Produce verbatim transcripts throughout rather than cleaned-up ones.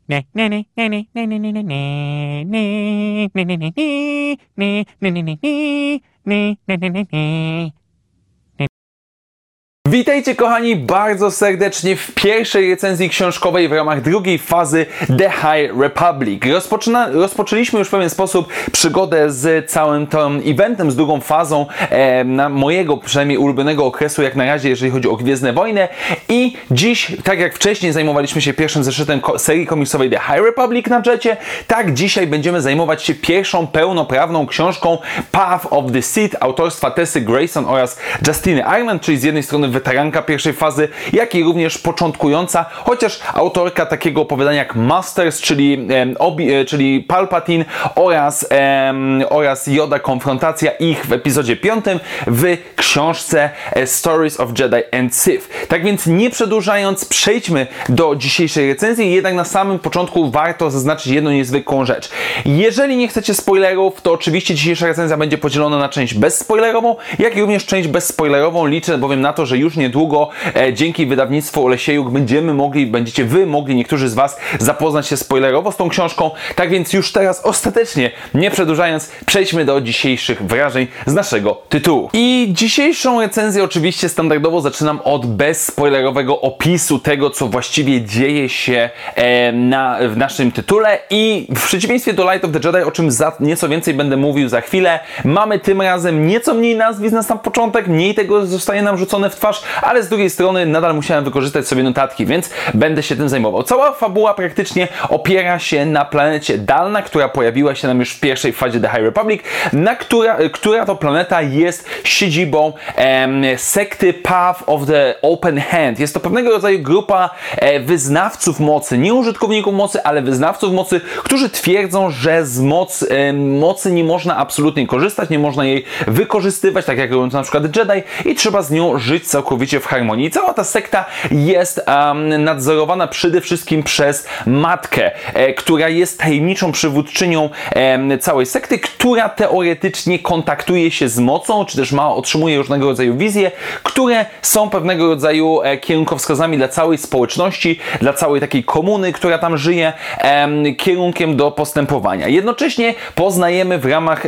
Witajcie kochani bardzo serdecznie w pierwszej recenzji książkowej w ramach drugiej fazy The High Republic. Rozpoczyna, rozpoczęliśmy już w pewien sposób przygodę z całym tym eventem, z drugą fazą e, na mojego przynajmniej ulubionego okresu jak na razie, jeżeli chodzi o Gwiezdne Wojny. I dziś, tak jak wcześniej zajmowaliśmy się pierwszym zeszytem ko serii komiksowej The High Republic na Jetcie, tak dzisiaj będziemy zajmować się pierwszą pełnoprawną książką Path of the Sith autorstwa Tessy Grayson oraz Justiny Ireland, czyli z jednej strony weteranka pierwszej fazy, jak i również początkująca, chociaż autorka takiego opowiadania jak Masters, czyli, um, obi, czyli Palpatine oraz, um, oraz Yoda, konfrontacja ich w epizodzie piątym w książce Stories of Jedi and Sith. Tak więc nie przedłużając, przejdźmy do dzisiejszej recenzji, jednak na samym początku warto zaznaczyć jedną niezwykłą rzecz. Jeżeli nie chcecie spoilerów, to oczywiście dzisiejsza recenzja będzie podzielona na część bezspoilerową, jak i również część bezspoilerową. Liczę bowiem na to, że już niedługo e, dzięki wydawnictwu Olesiejuk będziemy mogli, będziecie wy mogli, niektórzy z was, zapoznać się spoilerowo z tą książką. Tak więc już teraz ostatecznie, nie przedłużając, przejdźmy do dzisiejszych wrażeń z naszego tytułu. I dzisiejszą recenzję oczywiście standardowo zaczynam od bezspoilerowego opisu tego, co właściwie dzieje się e, na, w naszym tytule, i w przeciwieństwie do Light of the Jedi, o czym za nieco więcej będę mówił za chwilę, mamy tym razem nieco mniej nazwisk na sam początek, mniej tego zostaje nam rzucone w twarz, ale z drugiej strony nadal musiałem wykorzystać sobie notatki, więc będę się tym zajmował. Cała fabuła praktycznie opiera się na planecie Dalna, która pojawiła się nam już w pierwszej fazie The High Republic, na która, która to planeta jest siedzibą em, sekty Path of the Open Hand. Jest to pewnego rodzaju grupa e, wyznawców mocy, nie użytkowników mocy, ale wyznawców mocy, którzy twierdzą, że z moc, e, mocy nie można absolutnie korzystać, nie można jej wykorzystywać, tak jak robią to na przykład Jedi, i trzeba z nią żyć całkowicie w harmonii. Cała ta sekta jest um, nadzorowana przede wszystkim przez matkę, e, która jest tajemniczą przywódczynią e, całej sekty, która teoretycznie kontaktuje się z mocą, czy też ma, otrzymuje różnego rodzaju wizje, które są pewnego rodzaju e, kierunkowskazami dla całej społeczności, dla całej takiej komuny, która tam żyje, e, kierunkiem do postępowania. Jednocześnie poznajemy w ramach, e,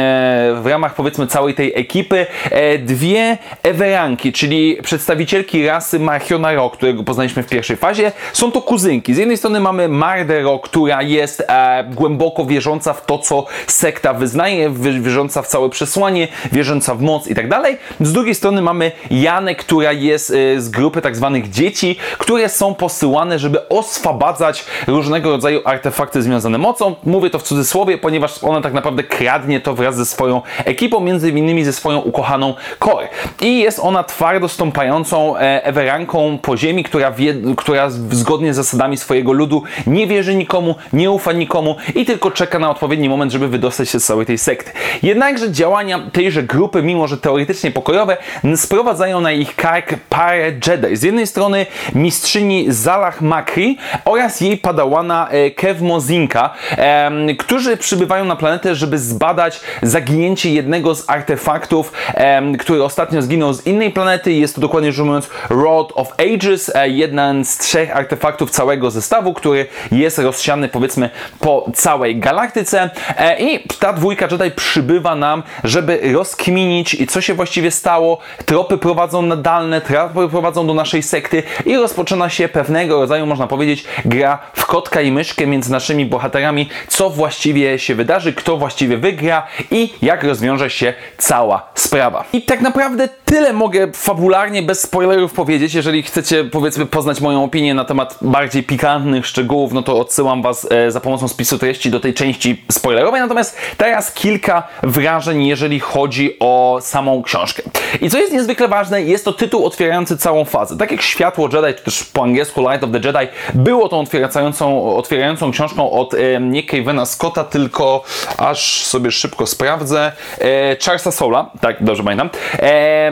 w ramach powiedzmy całej tej ekipy e, dwie eweranki, czyli przedstawicielki rasy Marchiona Ro, którego poznaliśmy w pierwszej fazie. Są to kuzynki. Z jednej strony mamy Mardę Ro, która jest e, głęboko wierząca w to, co sekta wyznaje, wierząca w całe przesłanie, wierząca w moc i tak dalej. Z drugiej strony mamy Janę, która jest e, z grupy tak zwanych dzieci, które są posyłane, żeby oswabadzać różnego rodzaju artefakty związane mocą. Mówię to w cudzysłowie, ponieważ ona tak naprawdę kradnie to wraz ze swoją ekipą, między innymi ze swoją ukochaną Kor. I jest ona twardo stąpającą e, eweranką po ziemi, która, wie, która zgodnie z zasadami swojego ludu nie wierzy nikomu, nie ufa nikomu i tylko czeka na odpowiedni moment, żeby wydostać się z całej tej sekty. Jednakże działania tejże grupy, mimo że teoretycznie pokojowe, sprowadzają na ich kark parę Jedi. Z jednej strony mistrzyni Zalach Makri oraz jej padałana e, Kev Mozinka, e, którzy przybywają na planetę, żeby zbadać zaginięcie jednego z artefaktów, e, który ostatnio zginął z innej planety. Jest to dokładnie rzecz mówiąc Rod of Ages, jeden z trzech artefaktów całego zestawu, który jest rozsiany powiedzmy po całej galaktyce, i ta dwójka Jedi przybywa nam, żeby rozkminić, co się właściwie stało. Tropy prowadzą na Dalne, tropy prowadzą do naszej sekty i rozpoczyna się pewnego rodzaju, można powiedzieć, gra w kotka i myszkę między naszymi bohaterami, co właściwie się wydarzy, kto właściwie wygra i jak rozwiąże się cała sprawa. I tak naprawdę tyle mogę fabularnie, bez spoilerów powiedzieć. Jeżeli chcecie, powiedzmy, poznać moją opinię na temat bardziej pikantnych szczegółów, no to odsyłam was e, za pomocą spisu treści do tej części spoilerowej. Natomiast teraz kilka wrażeń, jeżeli chodzi o samą książkę. I co jest niezwykle ważne, jest to tytuł otwierający całą fazę. Tak jak Światło Jedi, czy też po angielsku Light of the Jedi, było tą otwierającą, otwierającą książką od e, nie Kevina Scotta, tylko aż sobie szybko sprawdzę, e, Charlesa Soula, tak, dobrze pamiętam. E,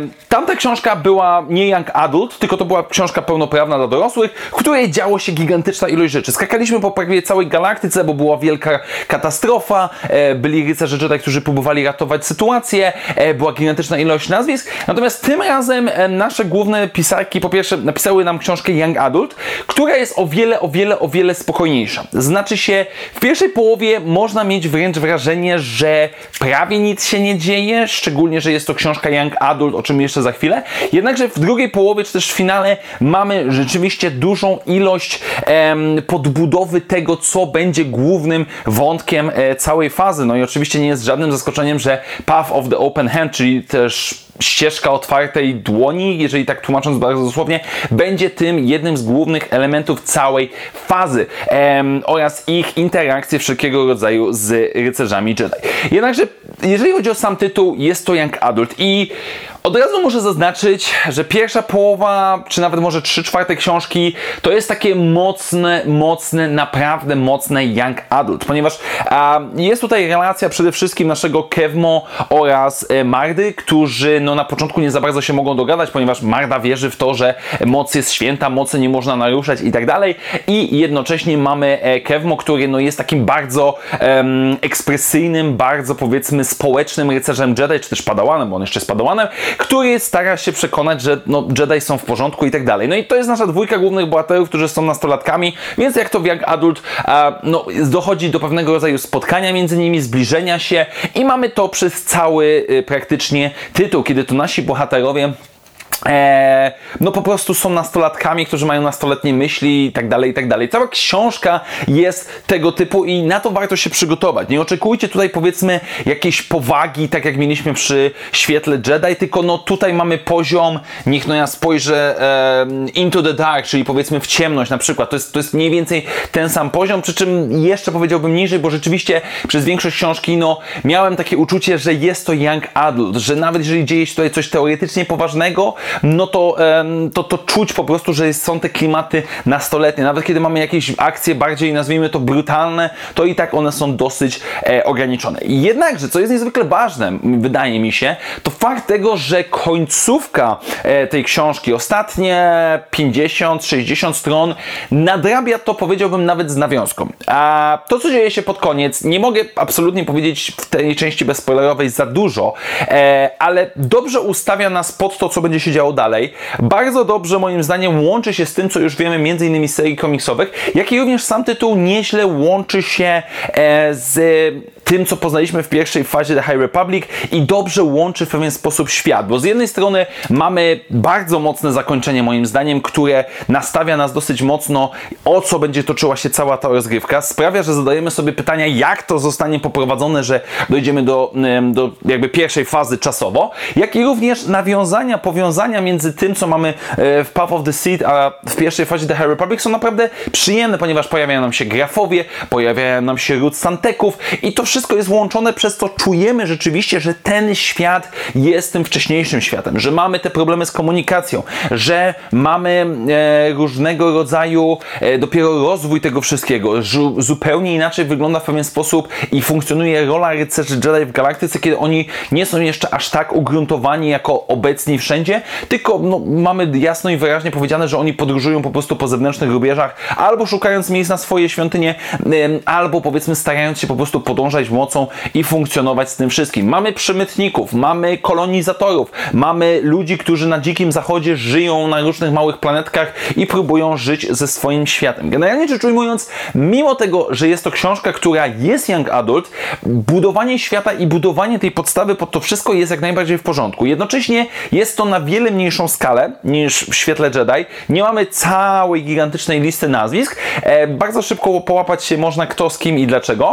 tamta książka była nie young adult, tylko to była książka pełnoprawna dla dorosłych, w której działo się gigantyczna ilość rzeczy. Skakaliśmy po prawie całej galaktyce, bo była wielka katastrofa, e, byli rycerze Jedi, którzy próbowali ratować sytuację, e, była gigantyczna ilość nazwisk. Natomiast tym razem e, nasze główne pisarki po pierwsze napisały nam książkę young adult, która jest o wiele, o wiele, o wiele spokojniejsza. Znaczy się, w pierwszej połowie można mieć wręcz wrażenie, że prawie nic się nie dzieje, szczególnie, że jest to książka young adult, o czym jeszcze za chwilę. Jednakże w drugiej połowie, czy też w finale mamy rzeczywiście dużą ilość em, podbudowy tego, co będzie głównym wątkiem e, całej fazy. No i oczywiście nie jest żadnym zaskoczeniem, że Path of the Open Hand, czyli też ścieżka otwartej dłoni, jeżeli tak tłumacząc bardzo dosłownie, będzie tym jednym z głównych elementów całej fazy em, oraz ich interakcje wszelkiego rodzaju z rycerzami Jedi. Jednakże, jeżeli chodzi o sam tytuł, jest to young adult i od razu muszę zaznaczyć, że pierwsza połowa, czy nawet może trzy czwarte książki, to jest takie mocne, mocne, naprawdę mocne young adult, ponieważ a, jest tutaj relacja przede wszystkim naszego Kevmo oraz e, Mardy, którzy no, na początku nie za bardzo się mogą dogadać, ponieważ Marda wierzy w to, że moc jest święta, mocy nie można naruszać i tak dalej, i jednocześnie mamy e, Kevmo, który no, jest takim bardzo em, ekspresyjnym, bardzo powiedzmy społecznym rycerzem Jedi, czy też padałanem, bo on jeszcze jest padałanem, który stara się przekonać, że no, Jedi są w porządku i tak dalej. No i to jest nasza dwójka głównych bohaterów, którzy są nastolatkami, więc jak to w young adult, a, no, dochodzi do pewnego rodzaju spotkania między nimi, zbliżenia się i mamy to przez cały y, praktycznie tytuł, kiedy to nasi bohaterowie Eee, no po prostu są nastolatkami, którzy mają nastoletnie myśli i tak dalej, i tak dalej. Cała książka jest tego typu i na to warto się przygotować. Nie oczekujcie tutaj powiedzmy jakiejś powagi, tak jak mieliśmy przy Świetle Jedi, tylko no tutaj mamy poziom, niech no ja spojrzę e, Into the Dark, czyli powiedzmy w ciemność na przykład. To jest, to jest mniej więcej ten sam poziom, przy czym jeszcze powiedziałbym niżej, bo rzeczywiście przez większość książki no miałem takie uczucie, że jest to young adult, że nawet jeżeli dzieje się tutaj coś teoretycznie poważnego, no to, to, to czuć po prostu, że są te klimaty nastoletnie. Nawet kiedy mamy jakieś akcje bardziej, nazwijmy to brutalne, to i tak one są dosyć e, ograniczone. Jednakże, co jest niezwykle ważne, wydaje mi się, to fakt tego, że końcówka e, tej książki, ostatnie pięćdziesiąt sześćdziesiąt stron, nadrabia to, powiedziałbym, nawet z nawiązką. A to, co dzieje się pod koniec, nie mogę absolutnie powiedzieć w tej części bezspoilerowej za dużo, e, ale dobrze ustawia nas pod to, co będzie się działo dalej. Bardzo dobrze moim zdaniem łączy się z tym, co już wiemy między innymi z serii komiksowych, jak i również sam tytuł nieźle łączy się e, z tym, co poznaliśmy w pierwszej fazie The High Republic i dobrze łączy w pewien sposób świat, bo z jednej strony mamy bardzo mocne zakończenie moim zdaniem, które nastawia nas dosyć mocno, o co będzie toczyła się cała ta rozgrywka, sprawia, że zadajemy sobie pytania, jak to zostanie poprowadzone, że dojdziemy do, do jakby pierwszej fazy czasowo, jak i również nawiązania, powiązania między tym, co mamy w Path of the Seed, a w pierwszej fazie The High Republic są naprawdę przyjemne, ponieważ pojawiają nam się grafowie, pojawiają nam się ród Santeków i to wszystko jest łączone, przez to czujemy rzeczywiście, że ten świat jest tym wcześniejszym światem, że mamy te problemy z komunikacją, że mamy e, różnego rodzaju e, dopiero rozwój tego wszystkiego, że zupełnie inaczej wygląda w pewien sposób i funkcjonuje rola rycerzy Jedi w galaktyce, kiedy oni nie są jeszcze aż tak ugruntowani jako obecni wszędzie, tylko no, mamy jasno i wyraźnie powiedziane, że oni podróżują po prostu po zewnętrznych rubieżach, albo szukając miejsc na swoje świątynie, albo powiedzmy starając się po prostu podążać mocą i funkcjonować z tym wszystkim. Mamy przemytników, mamy kolonizatorów, mamy ludzi, którzy na dzikim zachodzie żyją na różnych małych planetkach i próbują żyć ze swoim światem. Generalnie rzecz ujmując, mimo tego, że jest to książka, która jest young adult, budowanie świata i budowanie tej podstawy pod to wszystko jest jak najbardziej w porządku. Jednocześnie jest to na wiele mniejszą skalę niż w Świetle Jedi. Nie mamy całej gigantycznej listy nazwisk. E, bardzo szybko połapać się można, kto z kim i dlaczego.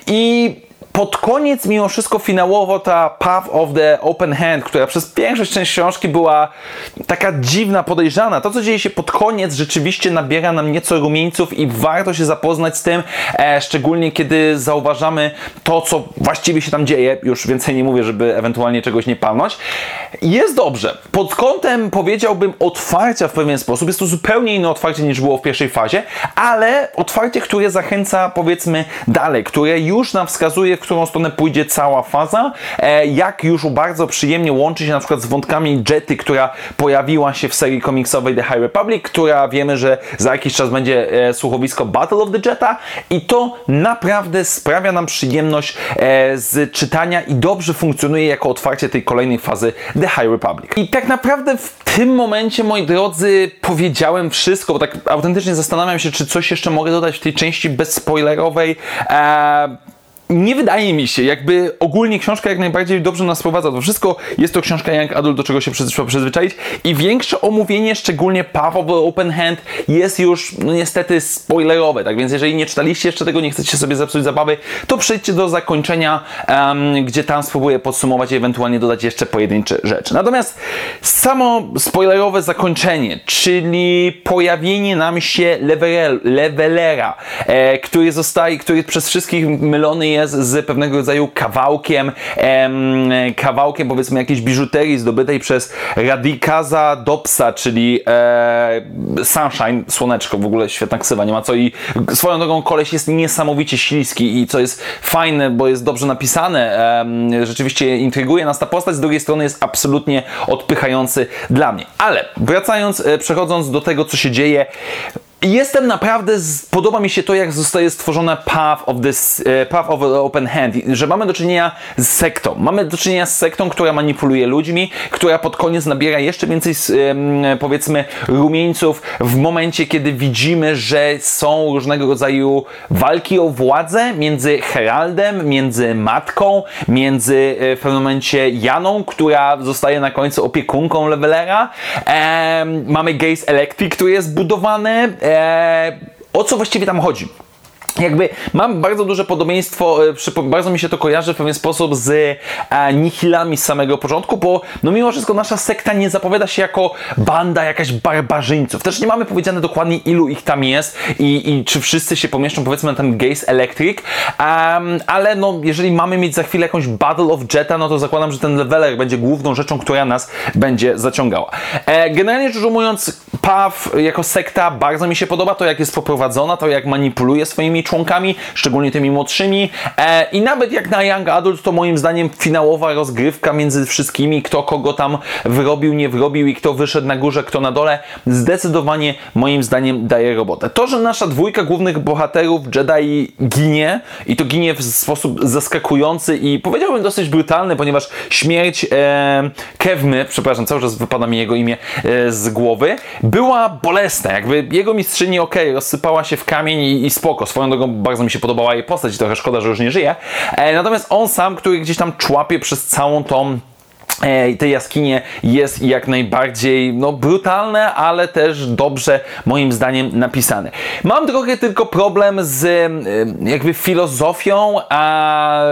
I pod koniec, mimo wszystko, finałowo ta Path of the Open Hand, która przez większość część książki była taka dziwna, podejrzana. To, co dzieje się pod koniec, rzeczywiście nabiera nam nieco rumieńców i warto się zapoznać z tym, e, szczególnie kiedy zauważamy to, co właściwie się tam dzieje. Już więcej nie mówię, żeby ewentualnie czegoś nie palnąć. Jest dobrze. Pod kątem, powiedziałbym, otwarcia w pewien sposób. Jest to zupełnie inne otwarcie niż było w pierwszej fazie, ale otwarcie, które zachęca, powiedzmy, dalej, które już nam wskazuje, w którą stronę pójdzie cała faza, e, jak już bardzo przyjemnie łączy się na przykład z wątkami Jetty, która pojawiła się w serii komiksowej The High Republic, która wiemy, że za jakiś czas będzie e, słuchowisko Battle of the Jetta i to naprawdę sprawia nam przyjemność e, z czytania i dobrze funkcjonuje jako otwarcie tej kolejnej fazy The High Republic. I tak naprawdę w tym momencie, moi drodzy, powiedziałem wszystko, bo tak autentycznie zastanawiam się, czy coś jeszcze mogę dodać w tej części bezspoilerowej. Eee, Nie wydaje mi się, jakby ogólnie książka jak najbardziej dobrze nas prowadza. To wszystko jest to książka Young Adult, do czego się trzeba przyzwyczaić i większe omówienie, szczególnie Path of the Open Hand, jest już no niestety spoilerowe, tak więc jeżeli nie czytaliście jeszcze tego, nie chcecie sobie zepsuć zabawy, to przejdźcie do zakończenia, um, gdzie tam spróbuję podsumować i ewentualnie dodać jeszcze pojedyncze rzeczy. Natomiast samo spoilerowe zakończenie, czyli pojawienie nam się level, levelera, e, który zostaje, który przez wszystkich mylony jest z pewnego rodzaju kawałkiem, em, kawałkiem powiedzmy jakiejś biżuterii zdobytej przez Radikaza Dobsa, czyli e, Sunshine, słoneczko, w ogóle świetna ksywa, nie ma co i swoją drogą koleś jest niesamowicie śliski i co jest fajne, bo jest dobrze napisane, em, rzeczywiście intryguje nas ta postać, z drugiej strony jest absolutnie odpychający dla mnie. Ale wracając, e, przechodząc do tego, co się dzieje, jestem naprawdę, z, podoba mi się to, jak zostaje stworzona Path of, this, uh, Path of the Open Hand, że mamy do czynienia z sektą. Mamy do czynienia z sektą, która manipuluje ludźmi, która pod koniec nabiera jeszcze więcej, um, powiedzmy, rumieńców w momencie, kiedy widzimy, że są różnego rodzaju walki o władzę między Heraldem, między matką, między w pewnym momencie Janą, która zostaje na końcu opiekunką levelera. Um, mamy Gaze Electric, który jest budowany. Eee, o co właściwie tam chodzi? Jakby mam bardzo duże podobieństwo, bardzo mi się to kojarzy w pewien sposób z e, Nihilami z samego początku, bo no mimo wszystko nasza sekta nie zapowiada się jako banda jakaś barbarzyńców. Też nie mamy powiedziane dokładnie, ilu ich tam jest i, i czy wszyscy się pomieszczą, powiedzmy, na ten Gaze Electric, um, ale no jeżeli mamy mieć za chwilę jakąś Battle of Jetta, no to zakładam, że ten leveler będzie główną rzeczą, która nas będzie zaciągała. E, generalnie rzecz ujmując, Path jako sekta bardzo mi się podoba, to jak jest poprowadzona, to jak manipuluje swoimi członkami, szczególnie tymi młodszymi e, i nawet jak na Young Adult, to moim zdaniem finałowa rozgrywka między wszystkimi, kto kogo tam wrobił, nie wrobił i kto wyszedł na górze, kto na dole, zdecydowanie moim zdaniem daje robotę. To, że nasza dwójka głównych bohaterów Jedi ginie i to ginie w sposób zaskakujący i powiedziałbym dosyć brutalny, ponieważ śmierć e, Kevmy, przepraszam, cały czas wypada mi jego imię e, z głowy, była bolesna, jakby jego mistrzyni okej, okay, rozsypała się w kamień i, i spoko, swoją drogą bardzo mi się podobała jej postać i trochę szkoda, że już nie żyje. E, natomiast on sam, który gdzieś tam człapie przez całą tą te jaskinie, jest jak najbardziej no, brutalne, ale też dobrze moim zdaniem napisane. Mam trochę tylko problem z jakby filozofią a,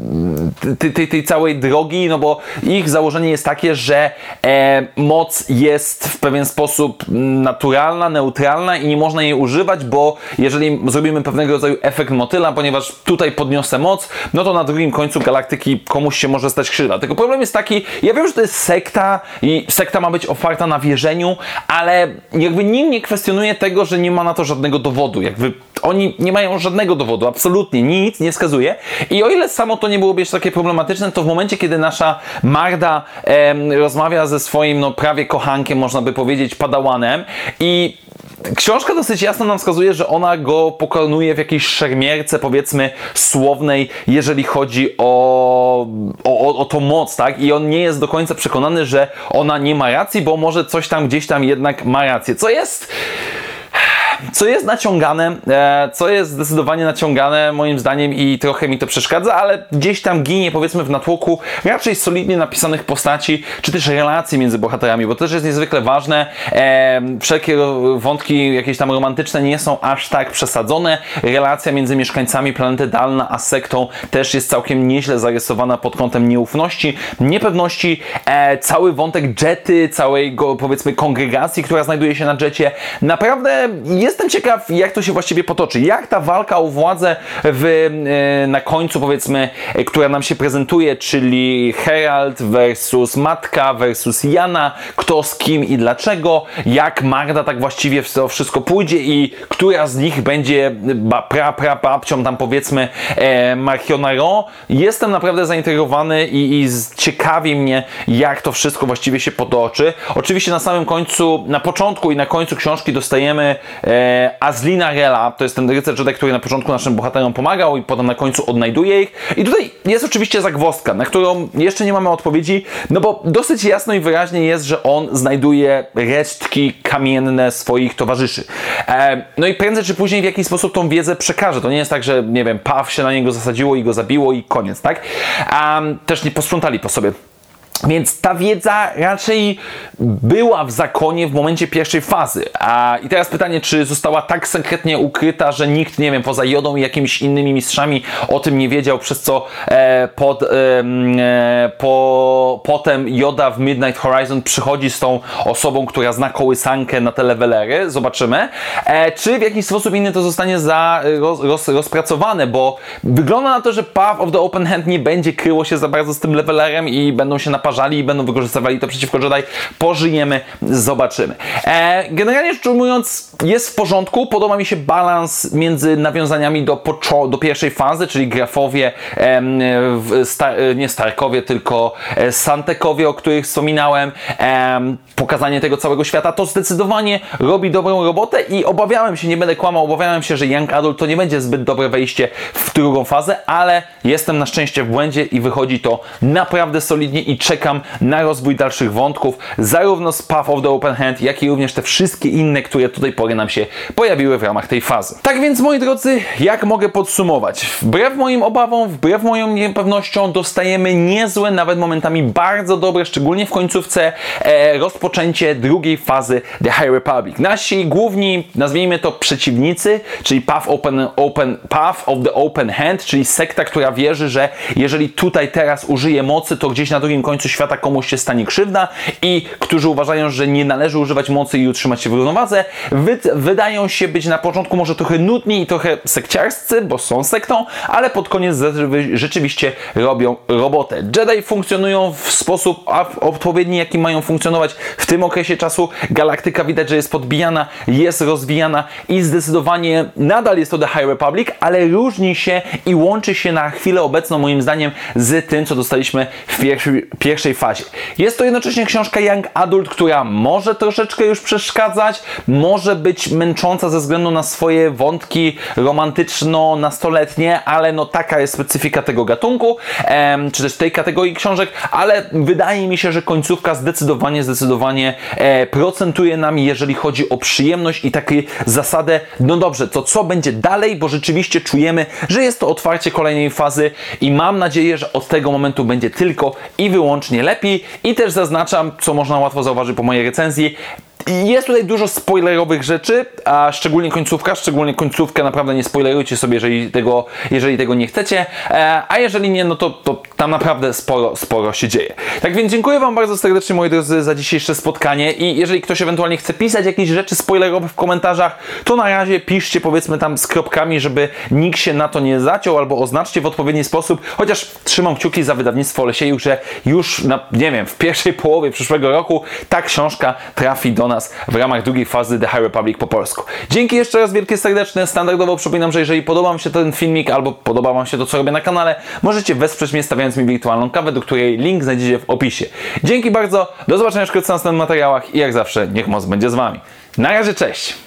tej, tej, tej całej drogi, no bo ich założenie jest takie, że e, moc jest w pewien sposób naturalna, neutralna i nie można jej używać, bo jeżeli zrobimy pewnego rodzaju efekt motyla, ponieważ tutaj podniosę moc, no to na drugim końcu galaktyki komuś się może stać krzywda. Tylko problem jest taki, ja wiem, że to jest sekta i sekta ma być oparta na wierzeniu, ale jakby nikt nie kwestionuje tego, że nie ma na to żadnego dowodu. Jakby oni nie mają żadnego dowodu, absolutnie nic nie wskazuje. I o ile samo to nie byłoby jeszcze takie problematyczne, to w momencie, kiedy nasza Marda em, rozmawia ze swoim no prawie kochankiem, można by powiedzieć, padałanem i książka dosyć jasno nam wskazuje, że ona go pokonuje w jakiejś szermierce, powiedzmy, słownej, jeżeli chodzi o, o, o tą moc, tak? I on nie jest do końca przekonany, że ona nie ma racji, bo może coś tam gdzieś tam jednak ma rację. Co jest... Co jest naciągane, co jest zdecydowanie naciągane moim zdaniem i trochę mi to przeszkadza, ale gdzieś tam ginie, powiedzmy, w natłoku raczej solidnie napisanych postaci, czy też relacji między bohaterami, bo to też jest niezwykle ważne. E, wszelkie wątki jakieś tam romantyczne nie są aż tak przesadzone. Relacja między mieszkańcami planety Dalna a sektą też jest całkiem nieźle zarysowana pod kątem nieufności, niepewności. E, cały wątek Jetty, całej, go, powiedzmy, kongregacji, która znajduje się na Jetcie, naprawdę jestem ciekaw, jak to się właściwie potoczy. Jak ta walka o władzę w, e, na końcu, powiedzmy, e, która nam się prezentuje, czyli Herald versus Matka versus Jana, kto z kim i dlaczego, jak Magda tak właściwie w to wszystko pójdzie i która z nich będzie ba, pra, pra, babcią tam, powiedzmy, e, Marchiona Ro. Jestem naprawdę zaintrygowany i, i ciekawi mnie, jak to wszystko właściwie się potoczy. Oczywiście na samym końcu, na początku i na końcu książki dostajemy e, Azlina Rella, to jest ten rycerz Jedi, który na początku naszym bohaterom pomagał i potem na końcu odnajduje ich. I tutaj jest oczywiście zagwozdka, na którą jeszcze nie mamy odpowiedzi, no bo dosyć jasno i wyraźnie jest, że on znajduje resztki kamienne swoich towarzyszy. E, no i prędzej czy później w jakiś sposób tą wiedzę przekaże. To nie jest tak, że, nie wiem, Paw się na niego zasadziło i go zabiło i koniec, tak? Um, też nie posprzątali po sobie. Więc ta wiedza raczej była w zakonie w momencie pierwszej fazy. A, I teraz pytanie, czy została tak sekretnie ukryta, że nikt, nie wiem, poza Jodą i jakimiś innymi mistrzami o tym nie wiedział, przez co e, pod, e, e, po, potem Joda w Midnight Horizon przychodzi z tą osobą, która zna kołysankę na te levelery. Zobaczymy. E, czy w jakiś sposób inny to zostanie za, roz, roz, rozpracowane, bo wygląda na to, że Path of the Open Hand nie będzie kryło się za bardzo z tym levelerem i będą się naparzali i będą wykorzystywali to przeciwko Jedi. Pożyjemy, zobaczymy. E, generalnie rzecz ujmując, jest w porządku. Podoba mi się balans między nawiązaniami do, do pierwszej fazy, czyli grafowie, e, w Star, nie Starkowie, tylko Santekowie, o których wspominałem. E, pokazanie tego całego świata. To zdecydowanie robi dobrą robotę i obawiałem się, nie będę kłamał, obawiałem się, że Young Adult to nie będzie zbyt dobre wejście w drugą fazę, ale jestem na szczęście w błędzie i wychodzi to naprawdę solidnie i czekam na rozwój dalszych wątków, zarówno z Path of the Open Hand, jak i również te wszystkie inne, które do tej pory nam się pojawiły w ramach tej fazy. Tak więc, moi drodzy, jak mogę podsumować? Wbrew moim obawom, wbrew moją niepewnością dostajemy niezłe, nawet momentami bardzo dobre, szczególnie w końcówce, e, rozpoczęcie drugiej fazy The High Republic. Nasi główni, nazwijmy to przeciwnicy, czyli Path, open, open, Path of the Open Hand, czyli sekta, która wierzy, że jeżeli tutaj teraz użyje mocy, to gdzieś na drugim końcu świata komuś się stanie krzywda i którzy uważają, że nie należy używać mocy i utrzymać się w równowadze, wy, wydają się być na początku może trochę nudni i trochę sekciarscy, bo są sektą, ale pod koniec rzeczywiście robią robotę. Jedi funkcjonują w sposób odpowiedni, jaki mają funkcjonować w tym okresie czasu. Galaktyka widać, że jest podbijana, jest rozwijana i zdecydowanie nadal jest to The High Republic, ale różni się i łączy się na chwilę obecną, moim zdaniem, z tym, co dostaliśmy w pierwszej, pierwszej fazie. Jest to jednocześnie książka Young Adult, która może troszeczkę już przeszkadzać, może być męcząca ze względu na swoje wątki romantyczno-nastoletnie, ale no taka jest specyfika tego gatunku, em, czy też tej kategorii książek, ale wydaje mi się, że końcówka zdecydowanie, zdecydowanie e, procentuje nam, jeżeli chodzi o przyjemność i takie zasadę, no dobrze, to co będzie dalej, bo rzeczywiście czujemy, że jest to otwarcie kolejnej fazy i mam nadzieję, że od tego momentu będzie tylko i wyłącznie lepiej. I też zaznaczam, co można łatwo zauważyć po mojej recenzji, jest tutaj dużo spoilerowych rzeczy, a szczególnie końcówka, szczególnie końcówkę naprawdę nie spoilerujcie sobie, jeżeli tego, jeżeli tego nie chcecie, a jeżeli nie, no to, to tam naprawdę sporo, sporo się dzieje. Tak więc dziękuję Wam bardzo serdecznie, moi drodzy, za dzisiejsze spotkanie i jeżeli ktoś ewentualnie chce pisać jakieś rzeczy spoilerowe w komentarzach, to na razie piszcie, powiedzmy tam z kropkami, żeby nikt się na to nie zaciął, albo oznaczcie w odpowiedni sposób, chociaż trzymam kciuki za wydawnictwo Lesiejuk, że już na, nie wiem, w pierwszej połowie przyszłego roku ta książka trafi do nas w ramach drugiej fazy The High Republic po polsku. Dzięki jeszcze raz wielkie serdeczne. Standardowo przypominam, że jeżeli podoba Wam się ten filmik albo podoba Wam się to, co robię na kanale, możecie wesprzeć mnie stawiając mi wirtualną kawę, do której link znajdziecie w opisie. Dzięki bardzo, do zobaczenia wkrótce w następnych materiałach i jak zawsze niech moc będzie z Wami. Na razie, cześć!